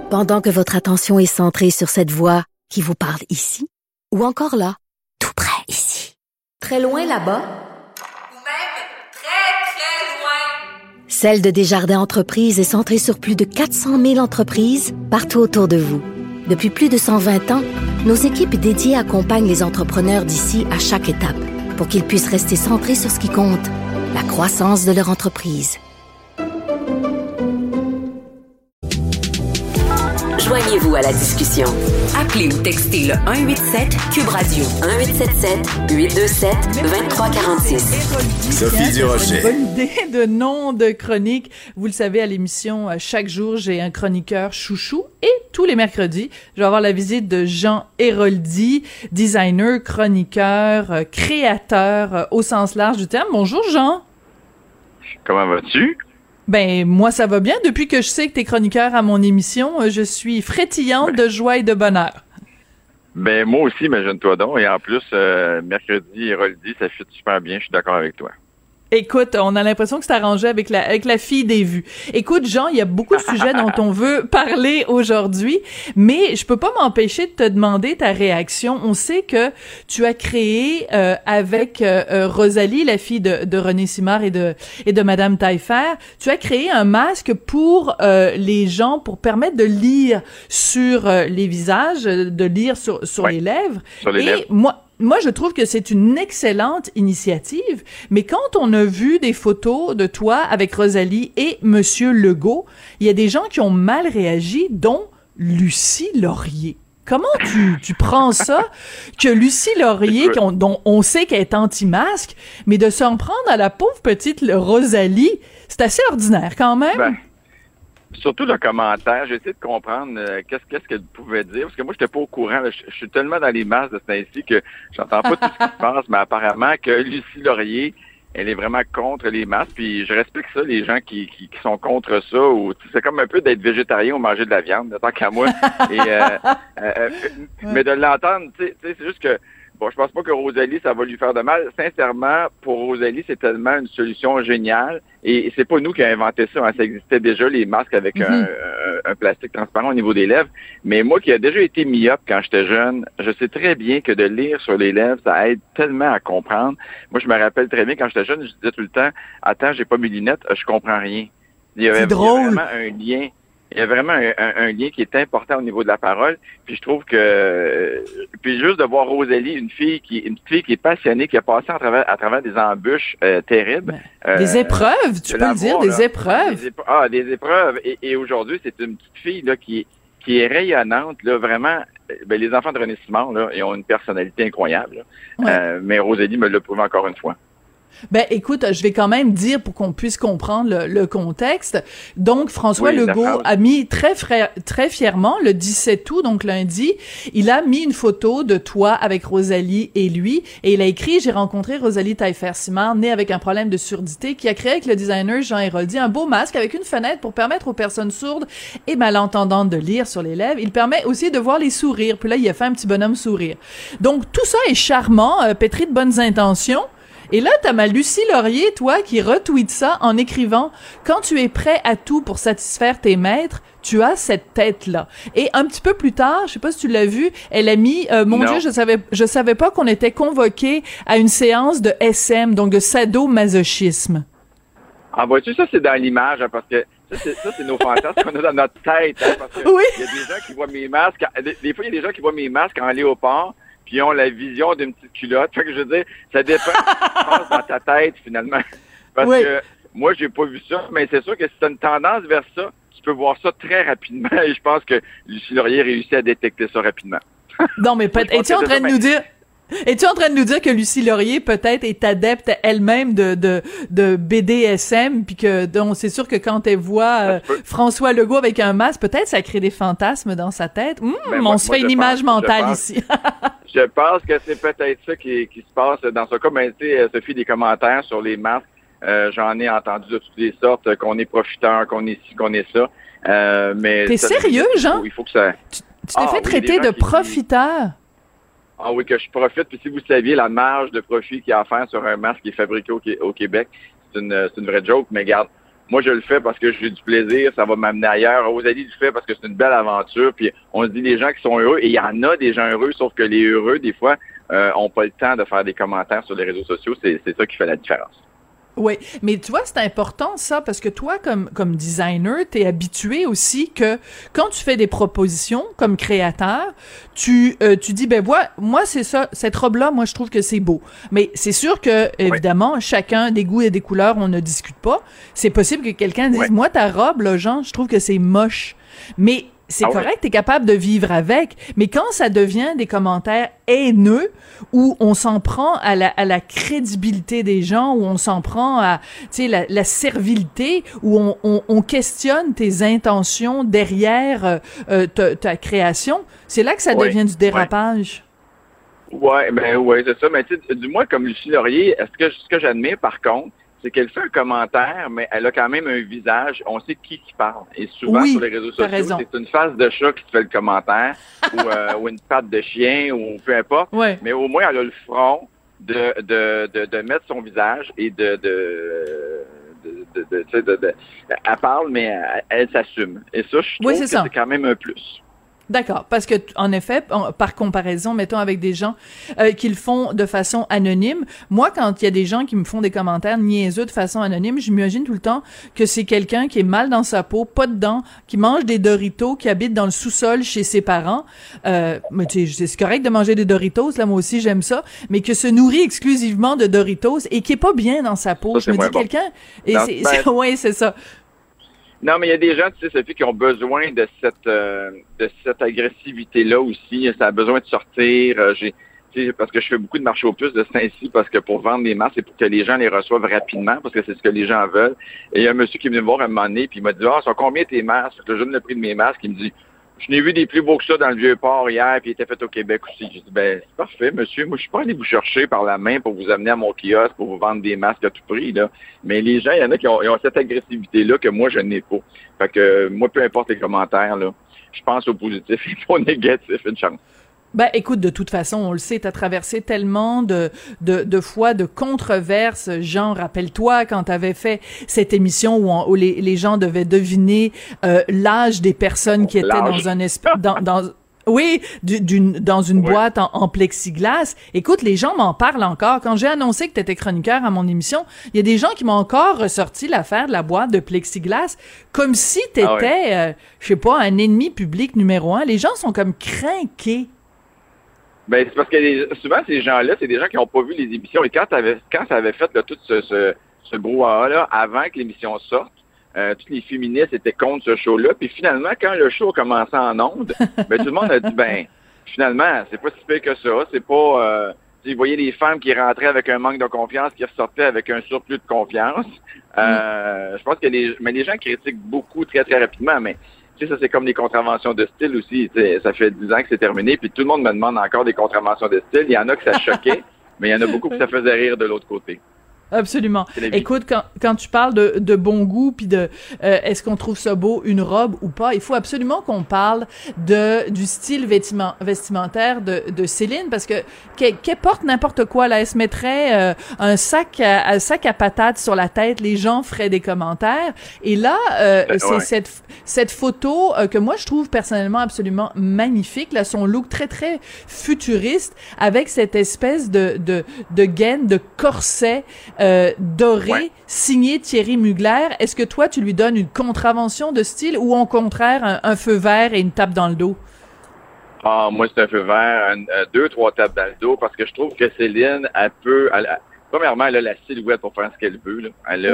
Pendant que votre attention est centrée sur cette voix qui vous parle ici, ou encore là, tout près ici, très loin là-bas, ou même très, très loin. Celle de Desjardins Entreprises est centrée sur plus de 400 000 entreprises partout autour de vous. Depuis plus de 120 ans, nos équipes dédiées accompagnent les entrepreneurs d'ici à chaque étape pour qu'ils puissent rester centrés sur ce qui compte, la croissance de leur entreprise. Joignez-vous à la discussion. Appelez ou textez le 187 Cube Radio 1877-827-2346. Sophie Durocher. Bonne idée de nom de chronique. Vous le savez, à l'émission, chaque jour, j'ai un chroniqueur chouchou et tous les mercredis, je vais avoir la visite de Jean Héroldi, designer, chroniqueur, créateur au sens large du terme. Bonjour Jean. Comment vas-tu? Ben, moi, ça va bien. Depuis que je sais que t'es chroniqueur à mon émission, je suis frétillante de joie et de bonheur. Ben, moi aussi, imagine-toi donc. Et en plus, mercredi, Héroldi, ça fit super bien. Je suis d'accord avec toi. Écoute, on a l'impression que c'est arrangé avec la fille des vues. Écoute, Jean, il y a beaucoup de sujets dont on veut parler aujourd'hui, mais je peux pas m'empêcher de te demander ta réaction. On sait que tu as créé avec Rosalie, la fille de René Simard et de Madame Taillefer, tu as créé un masque pour les gens, pour permettre de lire sur les visages, de lire sur les lèvres. Sur les lèvres. Moi, je trouve que c'est une excellente initiative, mais quand on a vu des photos de toi avec Rosalie et Monsieur Legault, il y a des gens qui ont mal réagi, dont Lucie Laurier. Comment tu prends ça, que Lucie Laurier, dont on sait qu'elle est anti-masque, mais de s'en prendre à la pauvre petite Rosalie, c'est assez ordinaire quand même? Ben, surtout le commentaire, j'ai essayé de comprendre qu'est-ce qu'elle pouvait dire, parce que moi, j'étais pas au courant. Là, je suis tellement dans les masses de ce temps-ci que j'entends pas tout ce qui se passe, mais apparemment que Lucie Laurier, elle est vraiment contre les masques, puis je respecte ça, les gens qui sont contre ça, ou c'est comme un peu d'être végétarien ou manger de la viande, tant qu'à moi. Mais de l'entendre, tu sais, c'est juste que bon, je pense pas que Rosalie, ça va lui faire de mal. Sincèrement, pour Rosalie, c'est tellement une solution géniale. Et c'est pas nous qui avons inventé ça. Hein. Ça existait déjà, les masques avec un plastique transparent au niveau des lèvres. Mais moi, qui ai déjà été myope quand j'étais jeune, je sais très bien que de lire sur les lèvres, ça aide tellement à comprendre. Moi, je me rappelle très bien, quand j'étais jeune, je disais tout le temps, « Attends, j'ai pas mes lunettes, je comprends rien. » Il y avait vraiment un lien. Il y a vraiment un lien qui est important au niveau de la parole. Puis je trouve que puis juste de voir Rosalie, une petite fille qui est passionnée, qui a passé à travers des embûches terribles. Des épreuves, tu peux le dire, des épreuves. Des épreuves. Et aujourd'hui, c'est une petite fille là qui est rayonnante, là, vraiment. Ben, les enfants de René Simard, là, ils ont une personnalité incroyable. Mais Rosalie me l'a prouvé encore une fois. Ben, écoute, je vais quand même dire pour qu'on puisse comprendre le contexte. Donc, François Legault a mis très fièrement, le 17 août, donc lundi, il a mis une photo de toi avec Rosalie et lui, et il a écrit « J'ai rencontré Rosalie Taillefer-Simard, née avec un problème de surdité, qui a créé avec le designer Jean Héroldi un beau masque avec une fenêtre pour permettre aux personnes sourdes et malentendantes de lire sur les lèvres. Il permet aussi de voir les sourires. » Puis là, il a fait un petit bonhomme sourire. Donc, tout ça est charmant, pétri de bonnes intentions. Et là, t'as ma Lucie Laurier, toi, qui retweet ça en écrivant « Quand tu es prêt à tout pour satisfaire tes maîtres, tu as cette tête-là. » Et un petit peu plus tard, je sais pas si tu l'as vu, elle a mis mon Dieu, je savais pas qu'on était convoqué à une séance de SM, donc de sadomasochisme. Ah, vois-tu, ça, c'est dans l'image, hein, parce que ça, c'est nos fantasmes qu'on a dans notre tête, hein, parce que il y a des gens qui voient mes masques, des fois, il y a des gens qui voient mes masques en léopard, puis ils ont la vision d'une petite culotte. Fait que je veux dire, ça dépend de ce qui se passe dans ta tête, finalement. Parce que moi, j'ai pas vu ça, mais c'est sûr que si tu as une tendance vers ça, tu peux voir ça très rapidement, et je pense que Lucie Laurier réussit à détecter ça rapidement. Non, mais peut-être. Es-tu en train de nous dire... Es-tu en train de nous dire que Lucie Laurier peut-être est adepte elle-même de BDSM, puis que donc c'est sûr que quand elle voit François Legault avec un masque, peut-être ça crée des fantasmes dans sa tête. On se fait une image mentale ici. Je pense que c'est peut-être ça qui se passe dans ce cas. Mais tu sais, Sophie, des commentaires sur les masques, j'en ai entendu de toutes les sortes, qu'on est profiteur, qu'on est ci, qu'on est ça. Mais t'es sérieux, Jean? Il faut que ça. Tu t'es fait traiter de profiteur? Ah oui, que je profite. Puis si vous saviez la marge de profit qu'il y a à faire sur un masque qui est fabriqué au Québec, c'est une vraie joke. Mais regarde, Moi, je le fais parce que j'ai du plaisir, ça va m'amener ailleurs. Rosalie le fait parce que c'est une belle aventure. Puis on se dit les gens qui sont heureux, et il y en a des gens heureux, sauf que les heureux, des fois, ont pas le temps de faire des commentaires sur les réseaux sociaux. C'est ça qui fait la différence. Oui, mais tu vois, c'est important ça, parce que toi, comme designer, t'es habitué aussi que quand tu fais des propositions comme créateur, tu dis, ben moi c'est ça, cette robe-là, moi je trouve que c'est beau. Mais c'est sûr que, évidemment, chacun des goûts et des couleurs, on ne discute pas. C'est possible que quelqu'un dise, moi ta robe, là, Jean, je trouve que c'est moche. Mais c'est correct, t'es capable de vivre avec, mais quand ça devient des commentaires haineux, où on s'en prend à la crédibilité des gens, où on s'en prend à, tu sais, la servilité, où on questionne tes intentions derrière ta création, c'est là que ça devient du dérapage. Ouais, c'est ça. Mais tu sais, du moins, comme Lucie Laurier, ce que j'admire, par contre, c'est qu'elle fait un commentaire, mais elle a quand même un visage. On sait qui parle. Et souvent, sur les réseaux sociaux, c'est une face de chat qui te fait le commentaire, ou une patte de chien, ou peu importe. Ouais. Mais au moins, elle a le front de mettre son visage et elle parle, mais elle s'assume. Et ça, je trouve que c'est quand même un plus. D'accord, parce que en effet, par comparaison, mettons avec des gens qui le font de façon anonyme, moi quand il y a des gens qui me font des commentaires niaiseux de façon anonyme, j'imagine tout le temps que c'est quelqu'un qui est mal dans sa peau, pas dedans, qui mange des Doritos, qui habite dans le sous-sol chez ses parents. Mais tu sais, c'est correct de manger des Doritos, là moi aussi j'aime ça, mais que se nourrit exclusivement de Doritos et qui est pas bien dans sa peau. Ça, je me dis quelqu'un, et c'est ça. Non, mais il y a des gens, tu sais, Sophie, qui ont besoin de cette agressivité-là aussi. Ça a besoin de sortir. Parce que je fais beaucoup de marché aux puces de Saint-Cy, parce que pour vendre des masques, c'est pour que les gens les reçoivent rapidement, parce que c'est ce que les gens veulent. Et il y a un monsieur qui est venu me voir à un moment donné, puis il m'a dit, sont combien tes masques? Je donne le prix de mes masques. Il me dit, je n'ai vu des plus beaux que ça dans le Vieux-Port hier, puis il était fait au Québec aussi. J'ai dit, c'est parfait, monsieur. Moi, je suis pas allé vous chercher par la main pour vous amener à mon kiosque, pour vous vendre des masques à tout prix, là. Mais les gens, il y en a qui ont cette agressivité-là que moi, je n'ai pas. Fait que, moi, peu importe les commentaires, là, je pense au positif et pas au négatif, une chance. Ben, écoute, de toute façon, on le sait, t'as traversé tellement de fois de controverses. Jean, rappelle-toi quand t'avais fait cette émission où les gens devaient deviner l'âge des personnes qui étaient dans un dans une boîte en plexiglas. Écoute, les gens m'en parlent encore. Quand j'ai annoncé que t'étais chroniqueur à mon émission, il y a des gens qui m'ont encore ressorti l'affaire de la boîte de plexiglas comme si t'étais, je sais pas, un ennemi public numéro 1. Les gens sont comme crinqués. Ben, c'est parce que souvent, ces gens-là, c'est des gens qui n'ont pas vu les émissions. Et quand ça avait fait là, tout ce brouhaha-là, avant que l'émission sorte, tous les féministes étaient contre ce show-là. Puis finalement, quand le show a commencé en ondes, ben, tout le monde a dit, finalement, c'est pas si pire que ça. C'est pas... vous voyez les femmes qui rentraient avec un manque de confiance, qui ressortaient avec un surplus de confiance. Je pense que les gens critiquent beaucoup très, très rapidement, mais... Tu sais, ça, c'est comme des contraventions de style aussi. Ça fait 10 ans que c'est terminé, puis tout le monde me demande encore des contraventions de style. Il y en a que ça choquait, mais il y en a beaucoup que ça faisait rire de l'autre côté. Absolument. Écoute, quand tu parles de bon goût puis de est-ce qu'on trouve ça beau une robe ou pas, il faut absolument qu'on parle du style vestimentaire de Céline, parce que qu'elle porte n'importe quoi là, elle se mettrait un sac à patates sur la tête, les gens feraient des commentaires, et là c'est cette photo que moi je trouve personnellement absolument magnifique là, son look très très futuriste avec cette espèce de gaine de corset doré, signé Thierry Mugler. Est-ce que toi, tu lui donnes une contravention de style ou au contraire un feu vert et une tape dans le dos? Ah, moi, c'est un feu vert, 2-3 tapes dans le dos, parce que je trouve que Céline, premièrement, elle a la silhouette pour faire ce qu'elle veut, là. Elle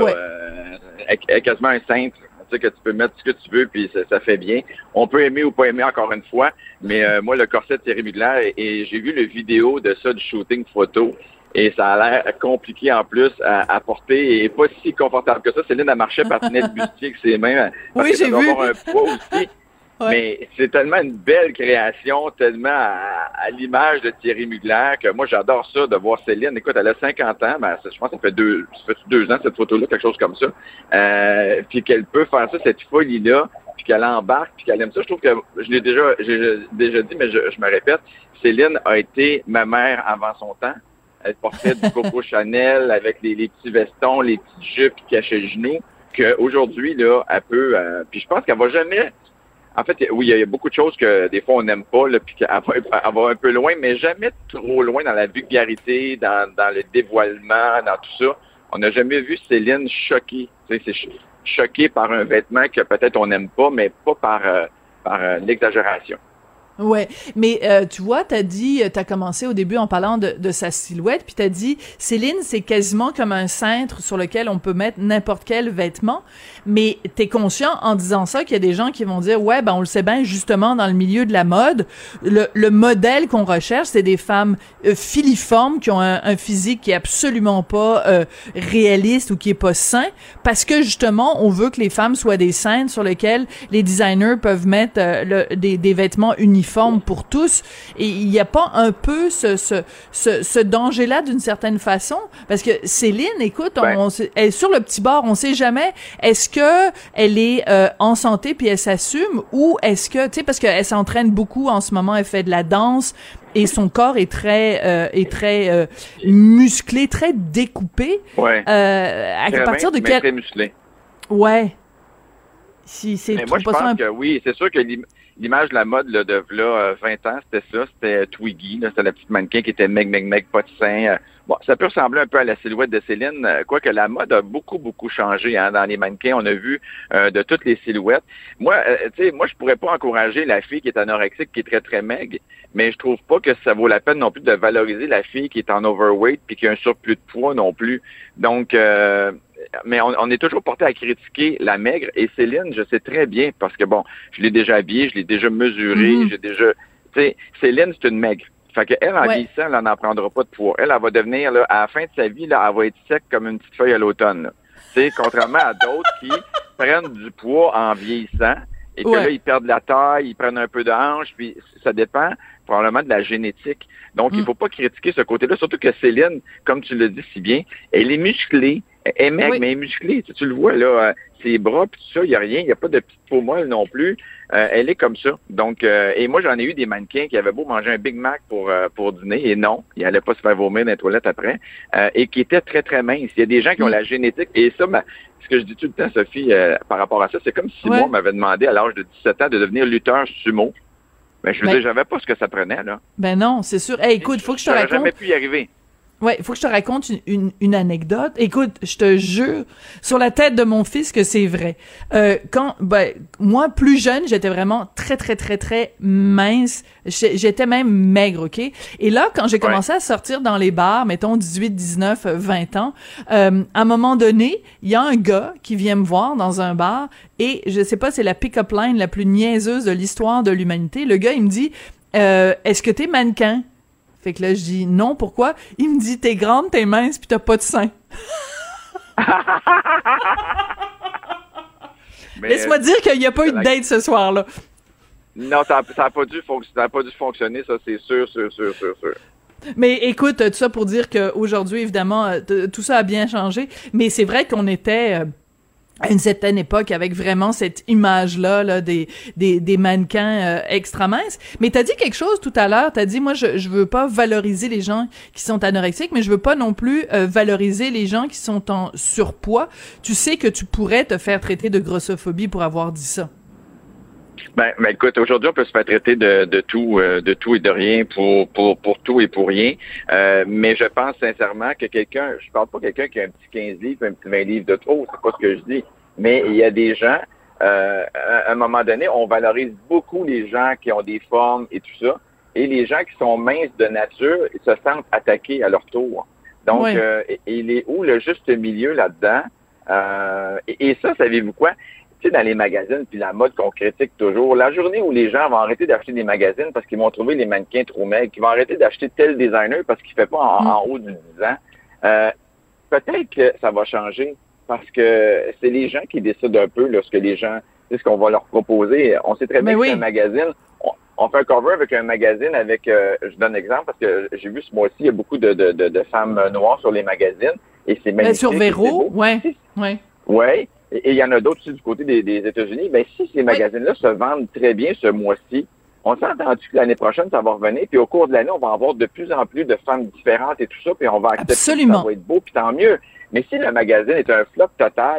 a quasiment un cintre, tu sais, que tu peux mettre ce que tu veux, puis ça fait bien. On peut aimer ou pas aimer, encore une fois, mais moi, le corset de Thierry Mugler, et j'ai vu le vidéo de ça, du shooting photo, et ça a l'air compliqué en plus à porter et pas si confortable que ça. Céline a marché patinette bustier avec ses mains. Oui, j'ai vu. Avoir un poids aussi. Mais c'est tellement une belle création, tellement à l'image de Thierry Mugler, que moi j'adore ça de voir Céline. Écoute, elle a 50 ans, je pense que ça fait 2 ans cette photo-là, quelque chose comme ça. Puis qu'elle peut faire ça, cette folie-là, puis qu'elle embarque, puis qu'elle aime ça. Je trouve que j'ai déjà dit, mais je me répète, Céline a été ma mère avant son temps. Elle portait du Coco Chanel avec les petits vestons, les petites jupes qui cachaient les genoux. qu'aujourd'hui, là, elle peut... puis je pense qu'elle va jamais... En fait, oui, il y a beaucoup de choses que des fois on n'aime pas, là, puis qu'elle va un peu loin, mais jamais trop loin dans la vulgarité, dans le dévoilement, dans tout ça. On n'a jamais vu Céline choquée. Tu sais, c'est choquée par un vêtement que peut-être on n'aime pas, mais pas par l'exagération. Ouais, mais tu vois, t'as commencé au début en parlant de sa silhouette, puis t'as dit, Céline, c'est quasiment comme un cintre sur lequel on peut mettre n'importe quel vêtement, mais t'es conscient en disant ça qu'il y a des gens qui vont dire, ouais, ben on le sait bien, justement, dans le milieu de la mode, le modèle qu'on recherche, c'est des femmes filiformes qui ont un physique qui est absolument pas réaliste ou qui est pas sain, parce que justement, on veut que les femmes soient des cintres sur lesquels les designers peuvent mettre des vêtements uniformes pour tous, et il n'y a pas un peu ce danger-là d'une certaine façon, parce que Céline, écoute, elle est sur le petit bord, on sait jamais, est-ce que elle est en santé puis elle s'assume, ou est-ce que, tu sais, parce qu'elle s'entraîne beaucoup en ce moment, elle fait de la danse, et son corps est très musclé, très découpé. Ouais. À partir de quel... très musclé. Ouais. Si c'est mais moi, je pense que oui, c'est sûr que l'image de la mode là, de là, 20 ans, c'était ça, c'était Twiggy, là, c'était la petite mannequin qui était meg, pas de sein. Bon, ça peut ressembler un peu à la silhouette de Céline, quoique la mode a beaucoup changé dans les mannequins. On a vu de toutes les silhouettes. Moi, tu sais, moi, je pourrais pas encourager la fille qui est anorexique, qui est très, très maigre, mais je trouve pas que ça vaut la peine non plus de valoriser la fille qui est en overweight puis qui a un surplus de poids non plus. Donc, mais on est toujours porté à critiquer la maigre, et Céline, je sais très bien, parce que bon, je l'ai déjà habillée, je l'ai déjà mesurée, j'ai déjà... Tu sais, Céline, c'est une maigre. Fait qu'elle, en vieillissant, elle n'en prendra pas de poids. Elle va devenir, là, à la fin de sa vie, là, elle va être sec comme une petite feuille à l'automne. Tu sais, contrairement à d'autres qui prennent du poids en vieillissant, et que là, ils perdent la taille, ils prennent un peu de hanche, puis ça dépend probablement de la génétique. Donc, il faut pas critiquer ce côté-là, surtout que Céline, comme tu le dis si bien, elle est musclée, elle est maigre, mais elle est musclée. Tu le vois, là, ses bras, puis tout ça, il n'y a rien, il n'y a pas de petite peau molle non plus. Elle est comme ça. Donc, et moi, j'en ai eu des mannequins qui avaient beau manger un Big Mac pour dîner, et non, ils n'allaient pas se faire vomir dans les toilettes après, et qui étaient très, très minces. Il y a des gens qui ont la génétique, et ça, ce que je dis tout le temps, Sophie, par rapport à ça, c'est comme si moi, m'avait demandé à l'âge de 17 ans de devenir lutteur sumo. Ben, je veux dire, j'avais pas ce que ça prenait, là. Ben non, c'est sûr. Hey, écoute, faut que je te raconte. J'aurais jamais pu y arriver. Ouais, il faut que je te raconte une anecdote. Écoute, je te jure, sur la tête de mon fils que c'est vrai. Moi, plus jeune, j'étais vraiment très, très, très, très mince. J'étais même maigre, OK? Et là, quand j'ai commencé à sortir dans les bars, mettons 18, 19, 20 ans, à un moment donné, il y a un gars qui vient me voir dans un bar, et je sais pas, c'est la pick-up line la plus niaiseuse de l'histoire de l'humanité. Le gars, il me dit, est-ce que t'es mannequin? Fait que là, je dis non, pourquoi? Il me dit, t'es grande, t'es mince, pis t'as pas de sein. Laisse-moi dire qu'il n'y a pas eu de date ce soir-là. Non, ça a pas dû fonctionner, ça, c'est sûr. Mais écoute, tout ça pour dire qu'aujourd'hui, évidemment, tout ça a bien changé, mais c'est vrai qu'on était... à une certaine époque, avec vraiment cette image-là là, des mannequins extra minces. Mais t'as dit quelque chose tout à l'heure, t'as dit, moi, je veux pas valoriser les gens qui sont anorexiques, mais je veux pas non plus valoriser les gens qui sont en surpoids. Tu sais que tu pourrais te faire traiter de grossophobie pour avoir dit ça. Ben écoute, aujourd'hui, on peut se faire traiter de tout et de rien pour tout et pour rien. Mais je pense sincèrement que je parle pas de quelqu'un qui a un petit 15 livres, un petit 20 livres de trop, c'est pas ce que je dis. Mais il y a des gens, à un moment donné, on valorise beaucoup les gens qui ont des formes et tout ça. Et les gens qui sont minces de nature, ils se sentent attaqués à leur tour. Donc, il est où le juste milieu là-dedans? Et ça, savez-vous quoi? Tu sais, dans les magazines, puis la mode qu'on critique toujours, la journée où les gens vont arrêter d'acheter des magazines parce qu'ils vont trouver les mannequins trop maigres, qu'ils vont arrêter d'acheter tel designer parce qu'il fait pas en haut du 10 ans, peut-être que ça va changer parce que c'est les gens qui décident un peu là, ce que les gens, c'est ce qu'on va leur proposer. On sait très bien que c'est un magazine. On fait un cover avec un magazine avec, je donne un exemple parce que j'ai vu ce mois-ci, il y a beaucoup de femmes noires sur les magazines et c'est magnifique. Sur Véro, ouais. Ouais. Et il y en a d'autres aussi du côté des États-Unis. Ben, si ces magazines-là se vendent très bien ce mois-ci, on s'est entendu que l'année prochaine, ça va revenir. Puis au cours de l'année, on va avoir de plus en plus de femmes différentes et tout ça. Puis on va accepter que ça va être beau, puis tant mieux. Mais si le magazine est un flop total,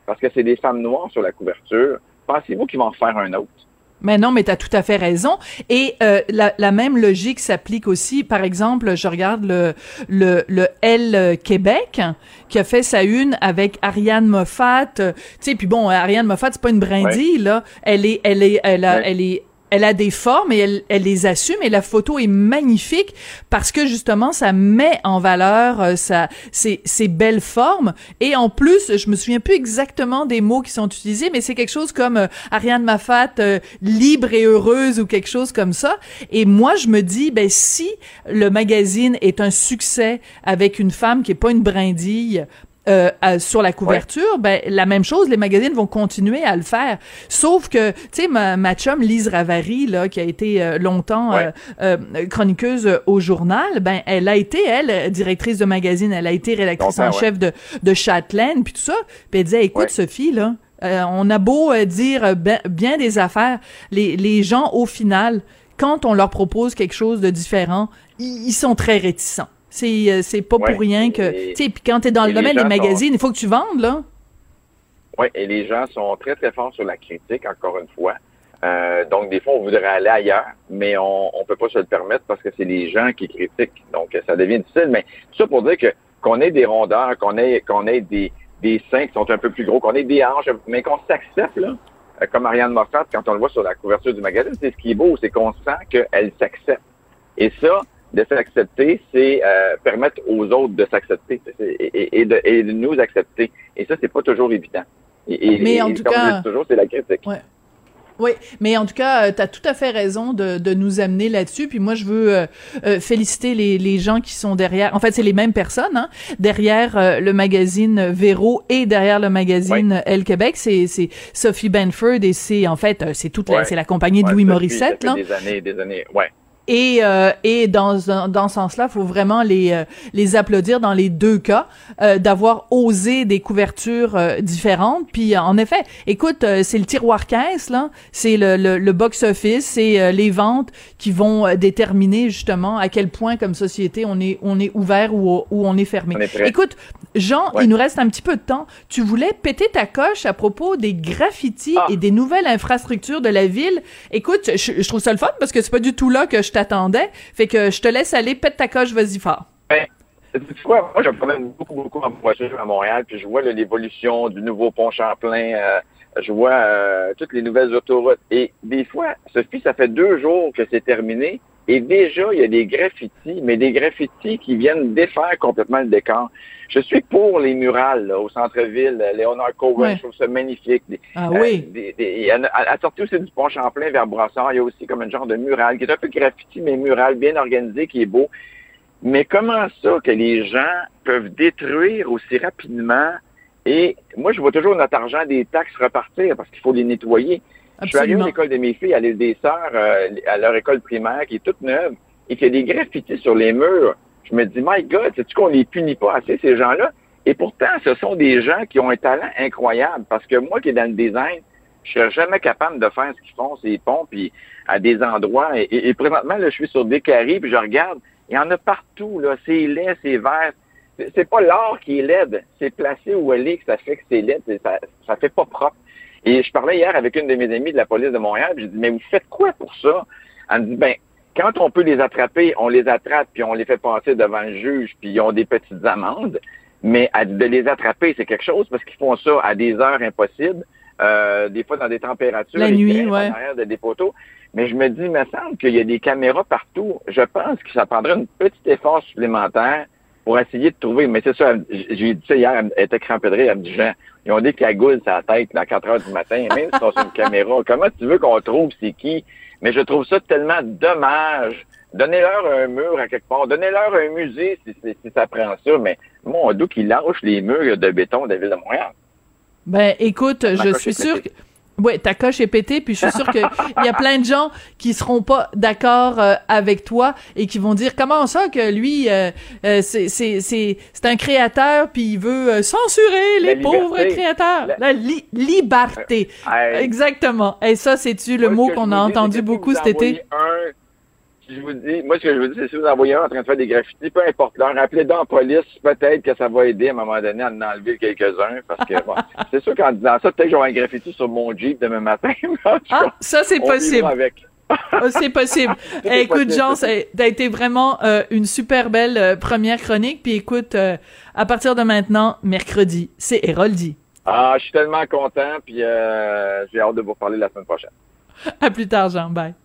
parce que c'est des femmes noires sur la couverture, pensez-vous qu'ils vont en faire un autre? Mais non, mais t'as tout à fait raison. Et la même logique s'applique aussi. Par exemple, je regarde le Elle Québec qui a fait sa une avec Ariane Moffat. Tu sais, puis bon, Ariane Moffat, c'est pas une brindille là. Elle a des formes et elle les assume et la photo est magnifique parce que justement ça met en valeur ses belles formes et en plus je me souviens plus exactement des mots qui sont utilisés mais c'est quelque chose comme Ariane Moffat libre et heureuse ou quelque chose comme ça et moi je me dis ben si le magazine est un succès avec une femme qui est pas une brindille sur la couverture, ben la même chose, les magazines vont continuer à le faire. Sauf que, tu sais, ma chum Lise Ravary, là, qui a été longtemps chroniqueuse au journal, ben elle a été, elle, directrice de magazine, elle a été rédactrice en chef de Châtelaine, puis tout ça. Puis elle disait, écoute Sophie, là, on a beau dire bien des affaires, les gens, au final, quand on leur propose quelque chose de différent, ils sont très réticents. C'est pas pour rien que... Tu sais, puis quand t'es dans le domaine des magazines, il faut que tu vendes, là. Oui, et les gens sont très, très forts sur la critique, encore une fois. Donc, des fois, on voudrait aller ailleurs, mais on peut pas se le permettre parce que c'est les gens qui critiquent. Donc, ça devient difficile. Mais tout ça pour dire qu'on ait des rondeurs, qu'on ait des seins qui sont un peu plus gros, qu'on ait des hanches, mais qu'on s'accepte, là. Comme Ariane Moffat, quand on le voit sur la couverture du magazine, c'est ce qui est beau, c'est qu'on sent qu'elle s'accepte. Et ça... de s'accepter, c'est permettre aux autres de s'accepter et de nous accepter. Et ça, c'est pas toujours évident. Mais en tout cas, je dis toujours, c'est la critique. Ouais. Oui, mais en tout cas, t'as tout à fait raison de nous amener là-dessus. Puis moi, je veux féliciter les gens qui sont derrière. En fait, c'est les mêmes personnes, hein, derrière le magazine Véro et derrière le magazine Elle Québec. C'est Sophie Benford et c'est en fait c'est la compagnie de Louis Morissette là. Des années, ouais. Et dans ce sens-là, faut vraiment les applaudir dans les deux cas, d'avoir osé des couvertures différentes. Puis en effet, écoute, c'est le tiroir caisse là, c'est le box-office, c'est les ventes qui vont déterminer justement à quel point comme société on est ouvert ou on est fermé. Écoute, Jean, il nous reste un petit peu de temps. Tu voulais péter ta coche à propos des graffitis et des nouvelles infrastructures de la ville. Écoute, je trouve ça le fun parce que c'est pas du tout là que je t'attendais. Fait que je te laisse aller, pète ta coche, vas-y fort. Ben, tu vois, moi, je me promène beaucoup en voiture à Montréal, puis je vois l'évolution du nouveau pont Champlain, je vois toutes les nouvelles autoroutes. Et des fois, Sophie, ça fait 2 jours que c'est terminé, et déjà, il y a des graffitis, mais des graffitis qui viennent défaire complètement le décor. Je suis pour les murales là, au centre-ville, Léonard Cohen, je trouve ça magnifique. À la sortie aussi du pont Champlain vers Brossard, il y a aussi comme un genre de mural qui est un peu graffiti, mais mural bien organisé, qui est beau. Mais comment ça que les gens peuvent détruire aussi rapidement? Et moi, je vois toujours notre argent des taxes repartir parce qu'il faut les nettoyer. Absolument. Je suis allé à l'école de mes filles, à l'île des Sœurs, à leur école primaire, qui est toute neuve, et qu'il y a des graffitis sur les murs. Je me dis, my God, sais-tu qu'on les punit pas assez, ces gens-là? Et pourtant, ce sont des gens qui ont un talent incroyable. Parce que moi qui est dans le design, je serais jamais capable de faire ce qu'ils font, ces ponts, puis à des endroits. Et présentement, là, je suis sur Décarie, puis je regarde, il y en a partout, là. C'est laid, c'est vert. C'est pas l'art qui est laide. C'est placé où elle est que ça fait que c'est laid. Ça fait pas propre. Et je parlais hier avec une de mes amies de la police de Montréal, puis je dis, mais vous faites quoi pour ça? Elle me dit, ben, quand on peut les attraper, on les attrape, puis on les fait passer devant le juge, puis ils ont des petites amendes. Mais de les attraper, c'est quelque chose, parce qu'ils font ça à des heures impossibles, des fois dans des températures... La nuit, en arrière de des poteaux. Mais je me dis, il me semble qu'il y a des caméras partout. Je pense que ça prendrait un petit effort supplémentaire pour essayer de trouver... Mais c'est ça, j'ai dit ça hier, elle était crampée de rire, elle me dit, Jean, ils ont des cagoules sur la tête à 4 heures du matin, même si c'est une caméra. Comment tu veux qu'on trouve c'est qui? Mais je trouve ça tellement dommage. Donnez-leur un mur à quelque part. Donnez-leur un musée si ça prend ça. Mais mon Dieu, qu'ils lâchent les murs de béton de la Ville de Montréal. Ben, écoute, je suis sûre que... Ouais, ta coche est pétée, puis je suis sûre qu'il y a plein de gens qui seront pas d'accord avec toi et qui vont dire comment ça que lui c'est un créateur puis il veut censurer les pauvres créateurs. La liberté. Exactement. Et ça, c'est-tu le mot qu'on a entendu beaucoup cet été? je vous dis, moi, ce que je vous dis, c'est si vous en voyez un en train de faire des graffitis, peu importe l'heure, appelez donc en police, peut-être que ça va aider à un moment donné à en enlever quelques-uns, parce que, bon, c'est sûr qu'en disant ça, peut-être que j'aurai un graffiti sur mon Jeep demain matin. Ça, c'est possible. C'est possible. Écoute, Jean, ça a été vraiment une super belle première chronique. Puis écoute, à partir de maintenant, mercredi, c'est Héroldi. Je suis tellement content, puis j'ai hâte de vous parler la semaine prochaine. À plus tard, Jean. Bye.